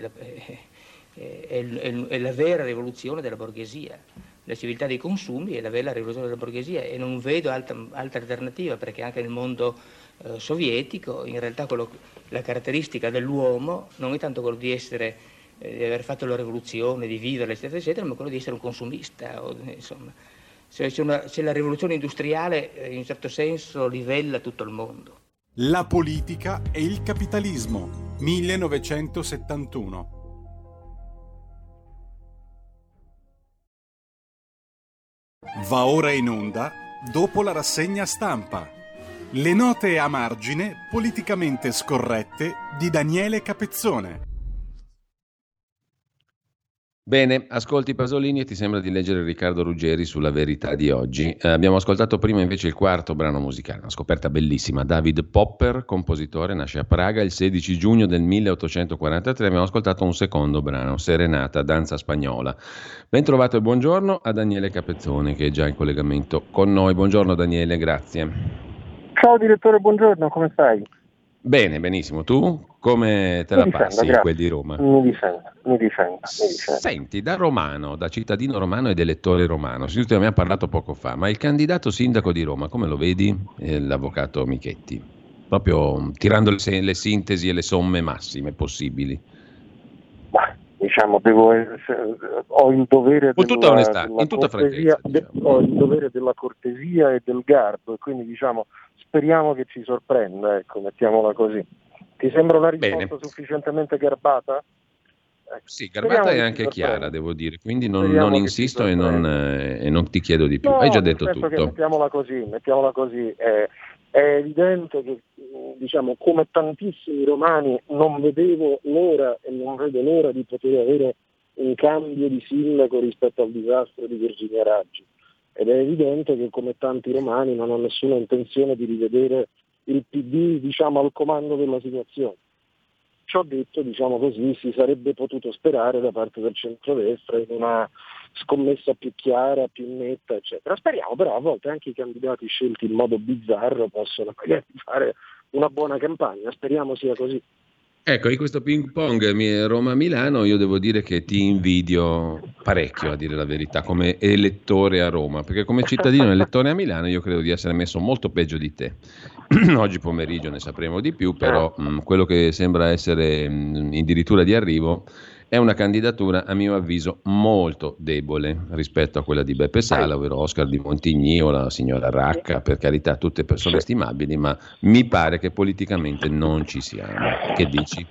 la vera rivoluzione della borghesia. La civiltà dei consumi è la vera rivoluzione della borghesia e non vedo altra alternativa, perché anche nel mondo sovietico in realtà la caratteristica dell'uomo non è tanto quello di aver fatto la rivoluzione, di vivere, eccetera, eccetera, ma quello di essere un consumista, insomma. Se la rivoluzione industriale in un certo senso livella tutto il mondo. La politica e il capitalismo, 1971. Va ora in onda, dopo la rassegna stampa, le note a margine politicamente scorrette di Daniele Capezzone. Bene, ascolti Pasolini e ti sembra di leggere Riccardo Ruggeri sulla Verità di oggi. Abbiamo ascoltato prima invece il quarto brano musicale, una scoperta bellissima. David Popper, compositore, nasce a Praga il 16 giugno del 1843. Abbiamo ascoltato un secondo brano, Serenata, danza spagnola. Ben trovato e buongiorno a Daniele Capezzone che è già in collegamento con noi. Buongiorno Daniele, grazie. Ciao direttore, buongiorno, come stai? Bene, benissimo. Tu come te la passi in quel di Roma? Mi difendo. Senti, da romano, da cittadino romano ed elettore romano, Silvio mi ha parlato poco fa, ma il candidato sindaco di Roma, come lo vedi? L'avvocato Michetti, proprio tirando le sintesi e le somme massime possibili. Diciamo, ho il dovere con tutta onestà, in tutta franchezza, ho il dovere della cortesia e del garbo, e quindi diciamo speriamo che ci sorprenda, ecco, mettiamola così. Ti sembra una risposta sufficientemente garbata? Sì, garbata e anche chiara, devo dire, quindi non insisto e non ti chiedo di più. No, hai già detto tutto. Che mettiamola così, è evidente che, diciamo, come tantissimi romani non vedevo l'ora e non vedo l'ora di poter avere un cambio di sindaco rispetto al disastro di Virginia Raggi, ed è evidente che come tanti romani non ho nessuna intenzione di rivedere il PD, diciamo, al comando della situazione. Ciò detto, diciamo così, si sarebbe potuto sperare da parte del centrodestra in una scommessa più chiara, più netta, eccetera. Speriamo, però a volte anche i candidati scelti in modo bizzarro possono magari fare una buona campagna, speriamo sia così. Ecco, in questo ping pong Roma-Milano io devo dire che ti invidio parecchio, a dire la verità, come elettore a Roma, perché come cittadino elettore a Milano io credo di essere messo molto peggio di te. Oggi pomeriggio ne sapremo di più, però quello che sembra essere addirittura di arrivo è una candidatura a mio avviso molto debole rispetto a quella di Beppe Sala, ovvero Oscar di Montigny o la signora Racca, per carità tutte persone stimabili, ma mi pare che politicamente non ci siamo. Che dici?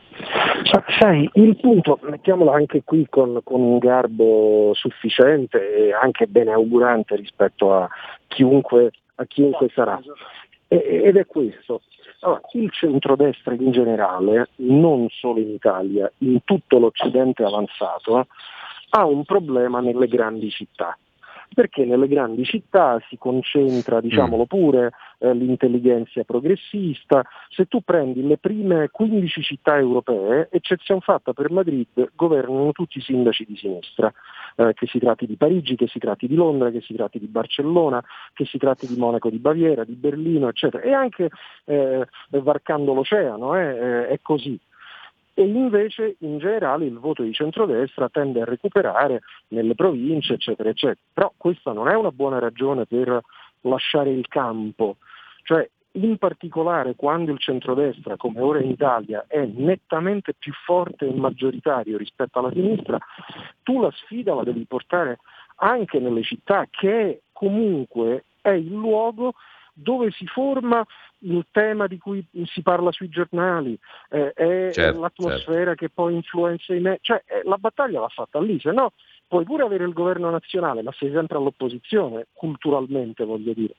Sai, il punto, mettiamolo anche qui con un garbo sufficiente e anche bene augurante rispetto a chiunque sarà, ed è questo. Allora, il centrodestra in generale, non solo in Italia, in tutto l'Occidente avanzato, ha un problema nelle grandi città. Perché nelle grandi città si concentra, diciamolo pure, l'intelligenza progressista. Se tu prendi le prime 15 città europee, eccezione fatta per Madrid, governano tutti i sindaci di sinistra, che si tratti di Parigi, che si tratti di Londra, che si tratti di Barcellona, che si tratti di Monaco di Baviera, di Berlino, eccetera. E anche varcando l'oceano, è così. E invece in generale il voto di centrodestra tende a recuperare nelle province, eccetera, eccetera. Però questa non è una buona ragione per lasciare il campo, cioè in particolare quando il centrodestra, come ora in Italia, è nettamente più forte e maggioritario rispetto alla sinistra, tu la sfida la devi portare anche nelle città, che comunque è il luogo dove si forma il tema di cui si parla sui giornali, è l'atmosfera che poi influenza i cioè la battaglia va fatta lì, se no puoi pure avere il governo nazionale, ma sei sempre all'opposizione, culturalmente voglio dire.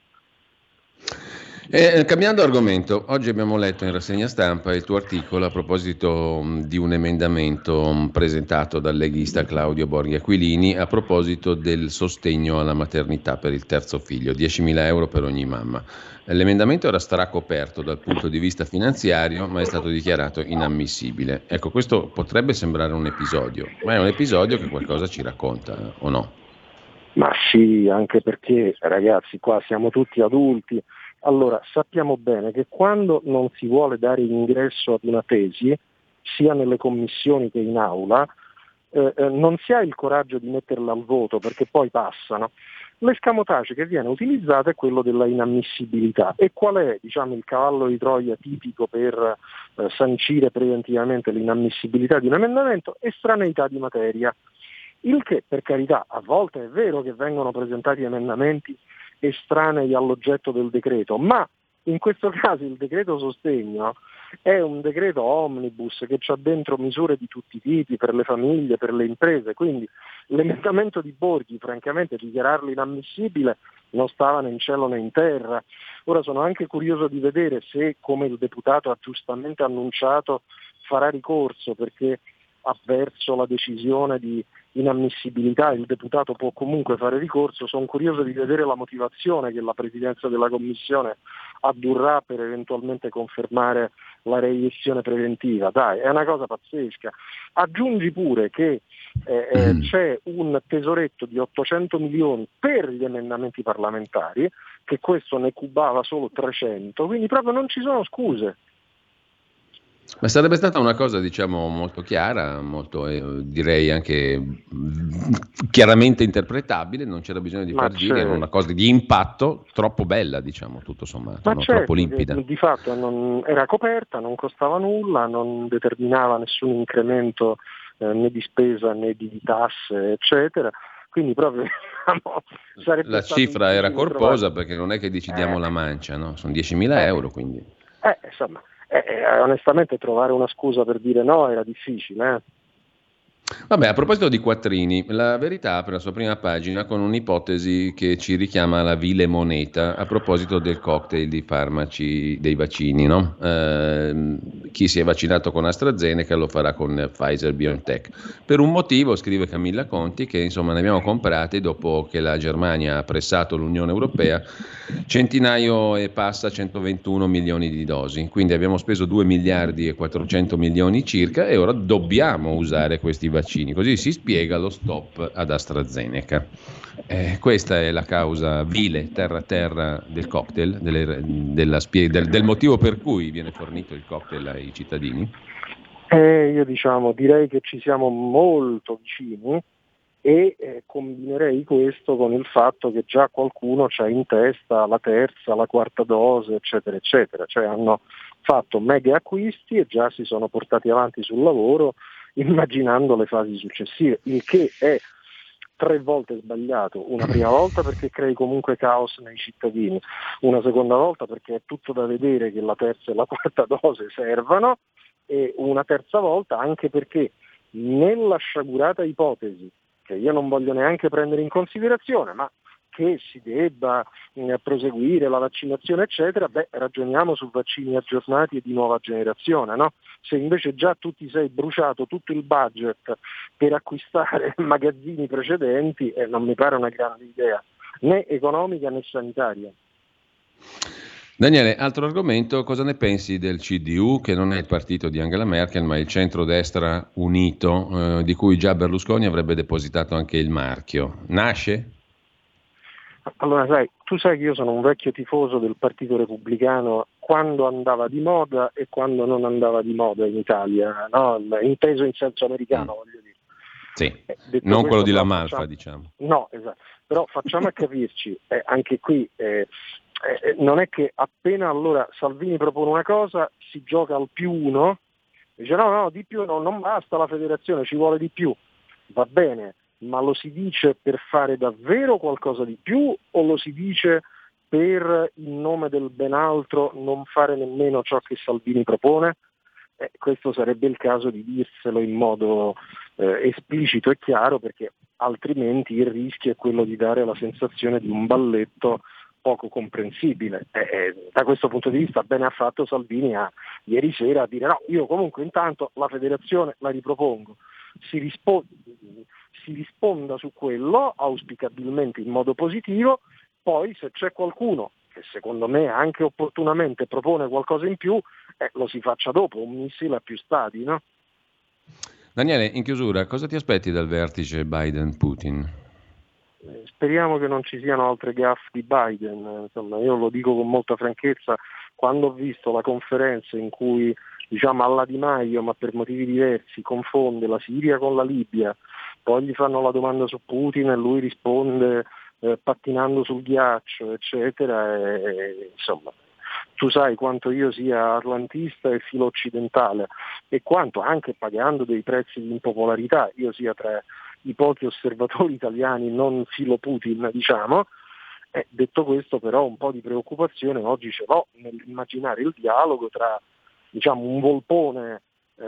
Cambiando argomento, oggi abbiamo letto in rassegna stampa il tuo articolo a proposito di un emendamento presentato dal leghista Claudio Borghi Aquilini a proposito del sostegno alla maternità per il terzo figlio, 10.000 euro per ogni mamma. L'emendamento era stracoperto dal punto di vista finanziario, ma è stato dichiarato inammissibile. Ecco, questo potrebbe sembrare un episodio, ma è un episodio che qualcosa ci racconta, o no? Ma sì, anche perché ragazzi, qua siamo tutti adulti. Allora, sappiamo bene che quando non si vuole dare ingresso ad una tesi, sia nelle commissioni che in aula, non si ha il coraggio di metterla al voto perché poi passano. L'escamotage che viene utilizzato è quello della inammissibilità. E qual è, diciamo, il cavallo di Troia tipico per sancire preventivamente l'inammissibilità di un emendamento? Estraneità di materia. Il che, per carità, a volte è vero che vengono presentati emendamenti estranei all'oggetto del decreto, ma in questo caso il decreto sostegno è un decreto omnibus che ha dentro misure di tutti i tipi per le famiglie, per le imprese, quindi l'emendamento di Borghi, francamente, dichiararlo inammissibile non stava né in cielo né in terra. Ora sono anche curioso di vedere se, come il deputato ha giustamente annunciato, farà ricorso, perché avverso la decisione di inammissibilità il deputato può comunque fare ricorso. Sono curioso di vedere la motivazione che la Presidenza della Commissione addurrà per eventualmente confermare la reiezione preventiva. Dai, è una cosa pazzesca. Aggiungi pure che c'è un tesoretto di 800 milioni per gli emendamenti parlamentari, che questo ne cubava solo 300, quindi proprio non ci sono scuse. Ma sarebbe stata una cosa, diciamo, molto chiara, molto direi anche chiaramente interpretabile, non c'era bisogno di far giri, era una cosa di impatto troppo bella, diciamo, tutto sommato, troppo limpida. Di fatto non era coperta, non costava nulla, non determinava nessun incremento né di spesa né di tasse, eccetera. Quindi proprio sarebbe la cifra era corposa perché non è che decidiamo la mancia, no? Sono 10.000 euro, quindi. Insomma. Onestamente trovare una scusa per dire no era difficile. Vabbè, a proposito di quattrini, La Verità apre la sua prima pagina con un'ipotesi che ci richiama alla vile moneta a proposito del cocktail di farmaci dei vaccini, no? Chi si è vaccinato con AstraZeneca lo farà con Pfizer-BioNTech. Per un motivo, scrive Camilla Conti, che insomma ne abbiamo comprati dopo che la Germania ha pressato l'Unione Europea centinaio e passa 121 milioni di dosi. Quindi abbiamo speso 2 miliardi e 400 milioni circa e ora dobbiamo usare questi vaccini, così si spiega lo stop ad AstraZeneca. Questa è la causa vile terra del cocktail, del motivo per cui viene fornito il cocktail ai cittadini? Io direi che ci siamo molto vicini e combinerei questo con il fatto che già qualcuno c'ha in testa la terza, la quarta dose, eccetera, eccetera, cioè hanno fatto mega acquisti e già si sono portati avanti sul lavoro immaginando le fasi successive, il che è 3 volte sbagliato. Una prima volta perché crei comunque caos nei cittadini, una seconda volta perché è tutto da vedere che la terza e la quarta dose servano, e una terza volta anche perché nella sciagurata ipotesi, che io non voglio neanche prendere in considerazione, ma che si debba proseguire la vaccinazione eccetera, ragioniamo su vaccini aggiornati e di nuova generazione, no? Se invece già tu ti sei bruciato tutto il budget per acquistare magazzini precedenti, non mi pare una grande idea, né economica né sanitaria. Daniele, altro argomento, cosa ne pensi del CDU, che non è il partito di Angela Merkel ma il centrodestra unito, di cui già Berlusconi avrebbe depositato anche il marchio? Nasce? Allora tu sai che io sono un vecchio tifoso del Partito Repubblicano quando andava di moda e quando non andava di moda in Italia, no? Inteso in senso americano, voglio dire. Sì, non quello di La Malfa, diciamo. No, esatto, però facciamo a capirci, anche qui non è che appena allora Salvini propone una cosa si gioca al +1, dice no, di più non basta la federazione, ci vuole di più, va bene, ma lo si dice per fare davvero qualcosa di più o lo si dice per in nome del ben altro non fare nemmeno ciò che Salvini propone? Questo sarebbe il caso di dirselo in modo esplicito e chiaro, perché altrimenti il rischio è quello di dare la sensazione di un balletto poco comprensibile. Da questo punto di vista bene ha fatto Salvini ieri sera a dire no, io comunque intanto la federazione la ripropongo, si risponda su quello, auspicabilmente in modo positivo, poi se c'è qualcuno che secondo me anche opportunamente propone qualcosa in più, lo si faccia dopo, un missile a più stadi, no? Daniele, in chiusura, cosa ti aspetti dal vertice Biden-Putin? Speriamo che non ci siano altre gaffe di Biden. Insomma, io lo dico con molta franchezza, quando ho visto la conferenza in cui, diciamo, alla Di Maio, ma per motivi diversi, confonde la Siria con la Libia, poi gli fanno la domanda su Putin e lui risponde pattinando sul ghiaccio, eccetera, insomma, tu sai quanto io sia atlantista e filo occidentale e quanto, anche pagando dei prezzi di impopolarità, io sia tra i pochi osservatori italiani non filo Putin, diciamo. Detto questo, però un po' di preoccupazione oggi ce l'ho nell'immaginare il dialogo tra, diciamo, un volpone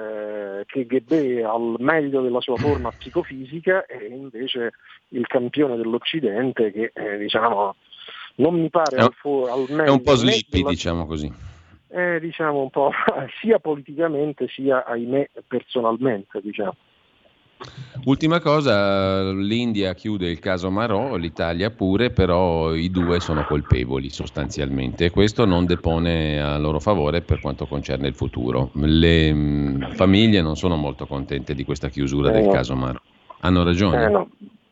KGB al meglio della sua forma psicofisica e invece il campione dell'Occidente che diciamo non mi pare al meglio. È un po' Slippi, diciamo così. Diciamo un po' sia politicamente sia, ahimè, personalmente, diciamo. Ultima cosa, l'India chiude il caso Marò, l'Italia pure, però i due sono colpevoli sostanzialmente e questo non depone a loro favore per quanto concerne il futuro. Le famiglie non sono molto contente di questa chiusura del caso Marò. Hanno ragione? No.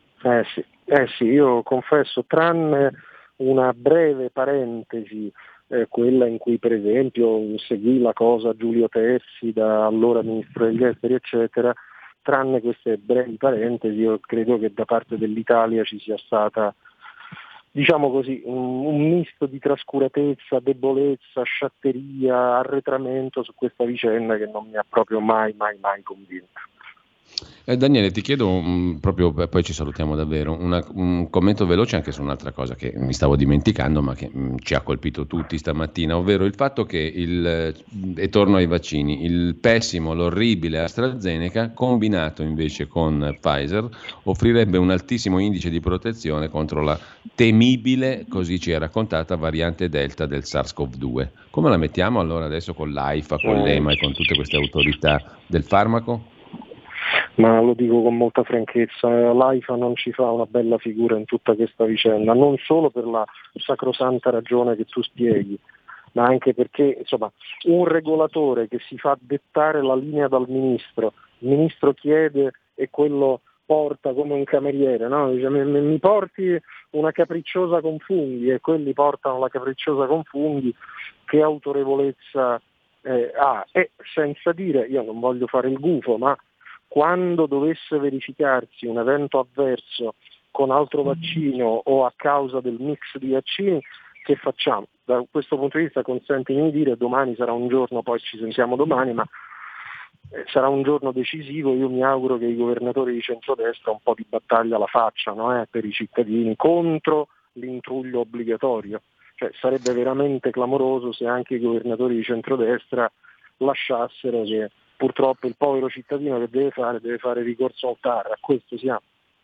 Sì, io confesso, tranne una breve parentesi, quella in cui per esempio seguì la cosa Giulio Terzi da allora Ministro degli Esteri, eccetera, tranne queste brevi parentesi, io credo che da parte dell'Italia ci sia stata, diciamo così, un misto di trascuratezza, debolezza, sciatteria, arretramento su questa vicenda che non mi ha proprio mai convinto. Daniele, ti chiedo proprio, poi ci salutiamo davvero, un commento veloce anche su un'altra cosa che mi stavo dimenticando ma che ci ha colpito tutti stamattina, ovvero il fatto che e torno ai vaccini, il pessimo, l'orribile AstraZeneca combinato invece con Pfizer offrirebbe un altissimo indice di protezione contro la temibile, così ci è raccontata, variante Delta del SARS-CoV-2. Come la mettiamo allora adesso con l'AIFA, con l'EMA e con tutte queste autorità del farmaco? Ma lo dico con molta franchezza, l'AIFA non ci fa una bella figura in tutta questa vicenda, non solo per la sacrosanta ragione che tu spieghi, ma anche perché, insomma, un regolatore che si fa dettare la linea dal ministro, il ministro chiede e quello porta come un cameriere, no? Dice, mi porti una capricciosa con funghi e quelli portano la capricciosa con funghi, che autorevolezza ha? E senza dire, io non voglio fare il gufo, ma quando dovesse verificarsi un evento avverso con altro vaccino o a causa del mix di vaccini, che facciamo? Da questo punto di vista consentimi di dire, domani sarà un giorno, poi ci sentiamo domani, ma sarà un giorno decisivo, io mi auguro che i governatori di centrodestra un po' di battaglia la facciano per i cittadini contro l'intruglio obbligatorio. Cioè, sarebbe veramente clamoroso se anche i governatori di centrodestra lasciassero che purtroppo il povero cittadino che deve fare ricorso al TAR, a questo siamo.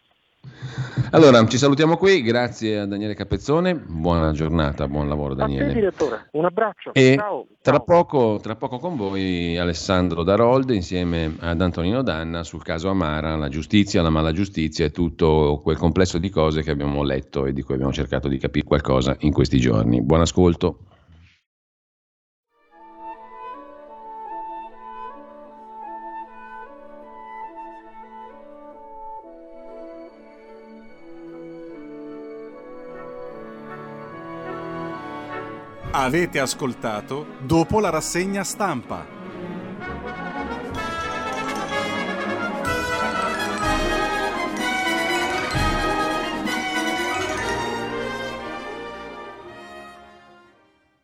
Allora, ci salutiamo qui, grazie a Daniele Capezzone, buona giornata, buon lavoro Daniele. A te direttore, un abbraccio, e ciao. Tra poco con voi Alessandro Darold insieme ad Antonino Danna sul caso Amara, la giustizia, la malagiustizia e tutto quel complesso di cose che abbiamo letto e di cui abbiamo cercato di capire qualcosa in questi giorni. Buon ascolto. Avete ascoltato Dopo la rassegna stampa,